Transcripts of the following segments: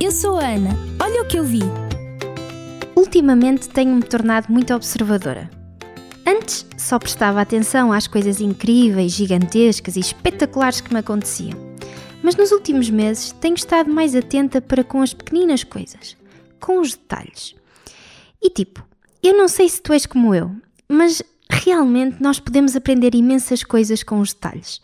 eu sou a Ana. Olha o que eu vi. Ultimamente tenho-me tornado muito observadora. Antes só prestava atenção às coisas incríveis, gigantescas e espetaculares que me aconteciam. Mas nos últimos meses tenho estado mais atenta para com as pequeninas coisas, com os detalhes. E eu não sei se tu és como eu, mas realmente nós podemos aprender imensas coisas com os detalhes.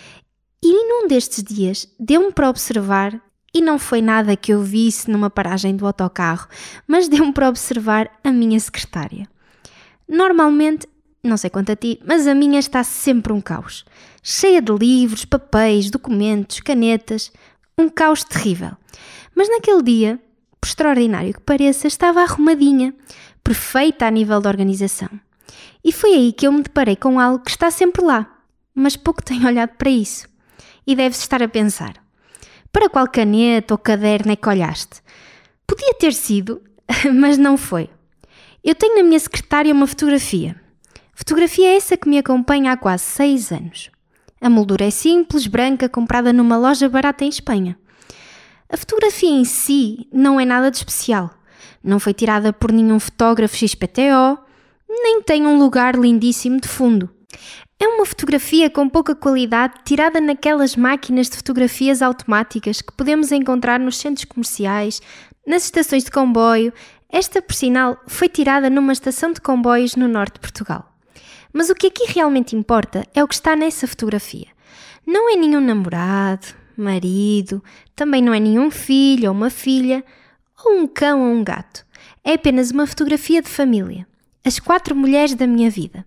E num destes dias deu-me para observar, e não foi nada que eu visse numa paragem do autocarro, mas deu-me para observar a minha secretária. Normalmente, não sei quanto a ti, mas a minha está sempre um caos. Cheia de livros, papéis, documentos, canetas. Um caos terrível. Mas naquele dia, por extraordinário que pareça, estava arrumadinha, perfeita a nível de organização. E foi aí que eu me deparei com algo que está sempre lá, mas pouco tenho olhado para isso. E deves estar a pensar, para qual caneta ou caderno é que olhaste? Podia ter sido, mas não foi. Eu tenho na minha secretária uma fotografia. Fotografia essa que me acompanha há quase 6 anos. A moldura é simples, branca, comprada numa loja barata em Espanha. A fotografia em si não é nada de especial. Não foi tirada por nenhum fotógrafo XPTO, nem tem um lugar lindíssimo de fundo. É uma fotografia com pouca qualidade, tirada naquelas máquinas de fotografias automáticas que podemos encontrar nos centros comerciais, nas estações de comboio. Esta, por sinal, foi tirada numa estação de comboios no norte de Portugal. Mas o que aqui realmente importa é o que está nessa fotografia. Não é nenhum namorado, marido, também não é nenhum filho ou uma filha, ou um cão ou um gato. É apenas uma fotografia de família. As 4 mulheres da minha vida.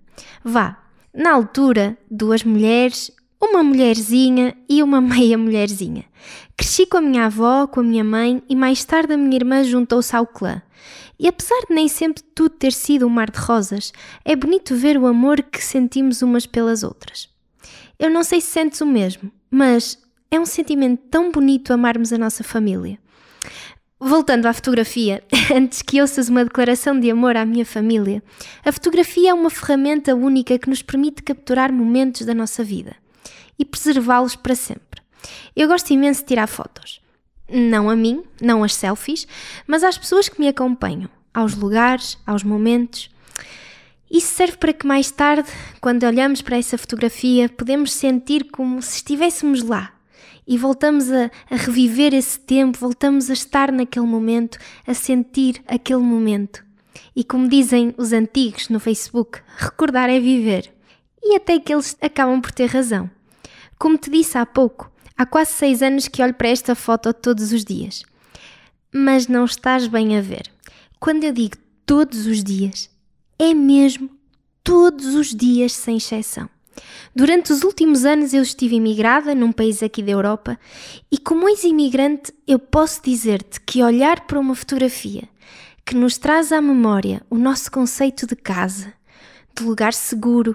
Na altura, 2 mulheres, uma mulherzinha e uma meia mulherzinha. Cresci com a minha avó, com a minha mãe e mais tarde a minha irmã juntou-se ao clã. E apesar de nem sempre tudo ter sido um mar de rosas, é bonito ver o amor que sentimos umas pelas outras. Eu não sei se sentes o mesmo, mas é um sentimento tão bonito amarmos a nossa família. Voltando à fotografia, antes que ouças uma declaração de amor à minha família, a fotografia é uma ferramenta única que nos permite capturar momentos da nossa vida e preservá-los para sempre. Eu gosto imenso de tirar fotos. Não a mim, não as selfies, mas às pessoas que me acompanham, aos lugares, aos momentos. Isso serve para que mais tarde, quando olhamos para essa fotografia, podemos sentir como se estivéssemos lá. E voltamos a reviver esse tempo, voltamos a estar naquele momento, a sentir aquele momento. E como dizem os antigos no Facebook, recordar é viver. E até que eles acabam por ter razão. Como te disse há pouco, há quase 6 anos que olho para esta foto todos os dias. Mas não estás bem a ver. Quando eu digo todos os dias, é mesmo todos os dias sem exceção. Durante os últimos anos eu estive imigrada num país aqui da Europa e como ex-imigrante eu posso dizer-te que olhar para uma fotografia que nos traz à memória o nosso conceito de casa, de lugar seguro,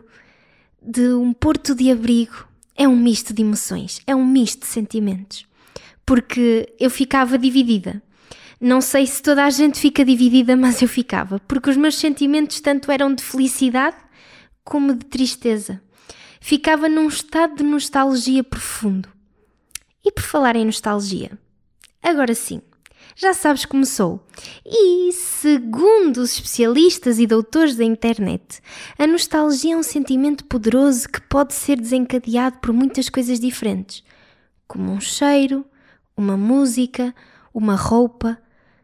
de um porto de abrigo, é um misto de emoções, é um misto de sentimentos. Porque eu ficava dividida. Não sei se toda a gente fica dividida, mas eu ficava, porque os meus sentimentos tanto eram de felicidade como de tristeza. Ficava num estado de nostalgia profundo. E por falar em nostalgia, agora sim, já sabes como sou. E, segundo os especialistas e doutores da internet, a nostalgia é um sentimento poderoso que pode ser desencadeado por muitas coisas diferentes, como um cheiro, uma música, uma roupa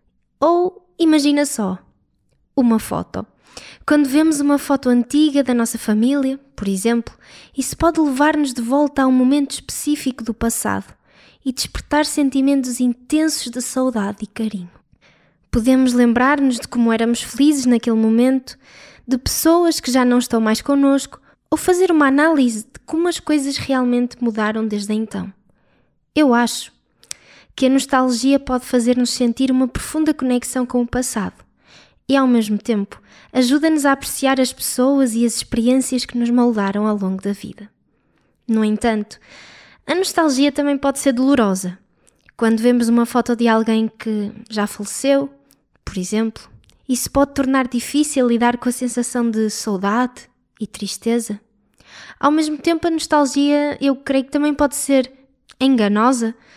ou, imagina só, uma foto. Quando vemos uma foto antiga da nossa família, por exemplo, isso pode levar-nos de volta a um momento específico do passado e despertar sentimentos intensos de saudade e carinho. Podemos lembrar-nos de como éramos felizes naquele momento, de pessoas que já não estão mais connosco, ou fazer uma análise de como as coisas realmente mudaram desde então. Eu acho que a nostalgia pode fazer-nos sentir uma profunda conexão com o passado e, ao mesmo tempo, ajuda-nos a apreciar as pessoas e as experiências que nos moldaram ao longo da vida. No entanto, a nostalgia também pode ser dolorosa. Quando vemos uma foto de alguém que já faleceu, por exemplo, isso pode tornar difícil lidar com a sensação de saudade e tristeza. Ao mesmo tempo, a nostalgia, eu creio que também pode ser enganosa.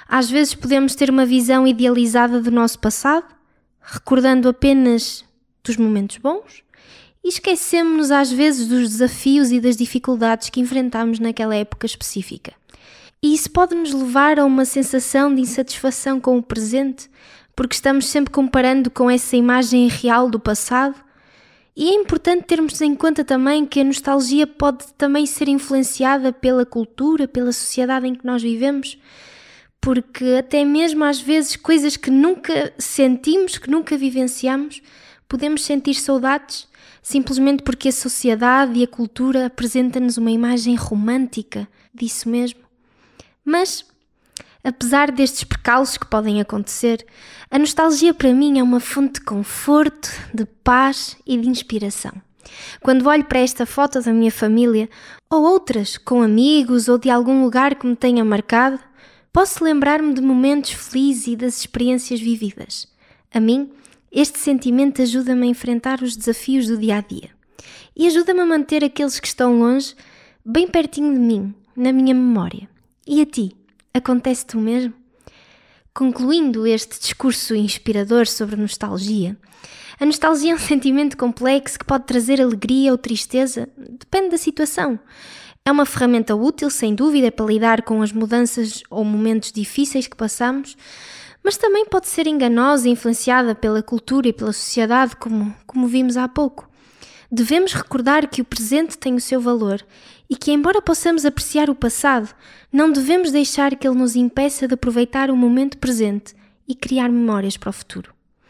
Às vezes podemos ter uma visão idealizada do nosso passado, recordando apenas dos momentos bons, e esquecemos-nos às vezes dos desafios e das dificuldades que enfrentámos naquela época específica. E isso pode nos levar a uma sensação de insatisfação com o presente, porque estamos sempre comparando com essa imagem real do passado. E é importante termos em conta também que a nostalgia pode também ser influenciada pela cultura, pela sociedade em que nós vivemos, porque até mesmo às vezes coisas que nunca sentimos, que nunca vivenciamos, podemos sentir saudades simplesmente porque a sociedade e a cultura apresentam-nos uma imagem romântica disso mesmo. Mas, apesar destes percalços que podem acontecer, a nostalgia para mim é uma fonte de conforto, de paz e de inspiração. Quando olho para esta foto da minha família, ou outras com amigos ou de algum lugar que me tenha marcado, posso lembrar-me de momentos felizes e das experiências vividas. A mim, este sentimento ajuda-me a enfrentar os desafios do dia-a-dia e ajuda-me a manter aqueles que estão longe bem pertinho de mim, na minha memória. E a ti? Acontece-te o mesmo? Concluindo este discurso inspirador sobre nostalgia, a nostalgia é um sentimento complexo que pode trazer alegria ou tristeza, depende da situação. É uma ferramenta útil, sem dúvida, para lidar com as mudanças ou momentos difíceis que passamos, mas também pode ser enganosa e influenciada pela cultura e pela sociedade, como vimos há pouco. Devemos recordar que o presente tem o seu valor e que, embora possamos apreciar o passado, não devemos deixar que ele nos impeça de aproveitar o momento presente e criar memórias para o futuro.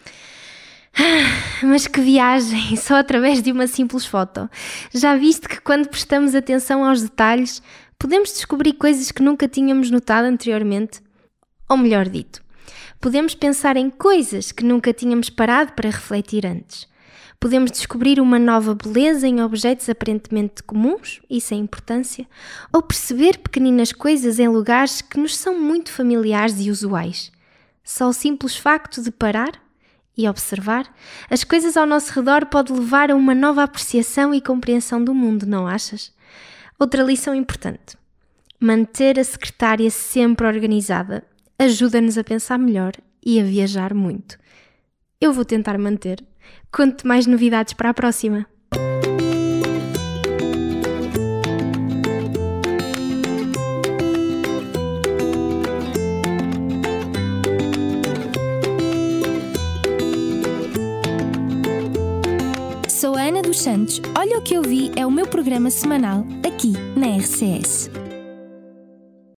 Mas que viagem, só através de uma simples foto. Já viste que quando prestamos atenção aos detalhes, podemos descobrir coisas que nunca tínhamos notado anteriormente? Ou melhor dito, podemos pensar em coisas que nunca tínhamos parado para refletir antes. Podemos descobrir uma nova beleza em objetos aparentemente comuns e sem importância, ou perceber pequeninas coisas em lugares que nos são muito familiares e usuais. Só o simples facto de parar e observar as coisas ao nosso redor pode levar a uma nova apreciação e compreensão do mundo, não achas? Outra lição importante: manter a secretária sempre organizada ajuda-nos a pensar melhor e a viajar muito. Eu vou tentar manter. Conto mais novidades para a próxima. Sou a Ana dos Santos. Olha o que eu vi é o meu programa semanal aqui na RCS.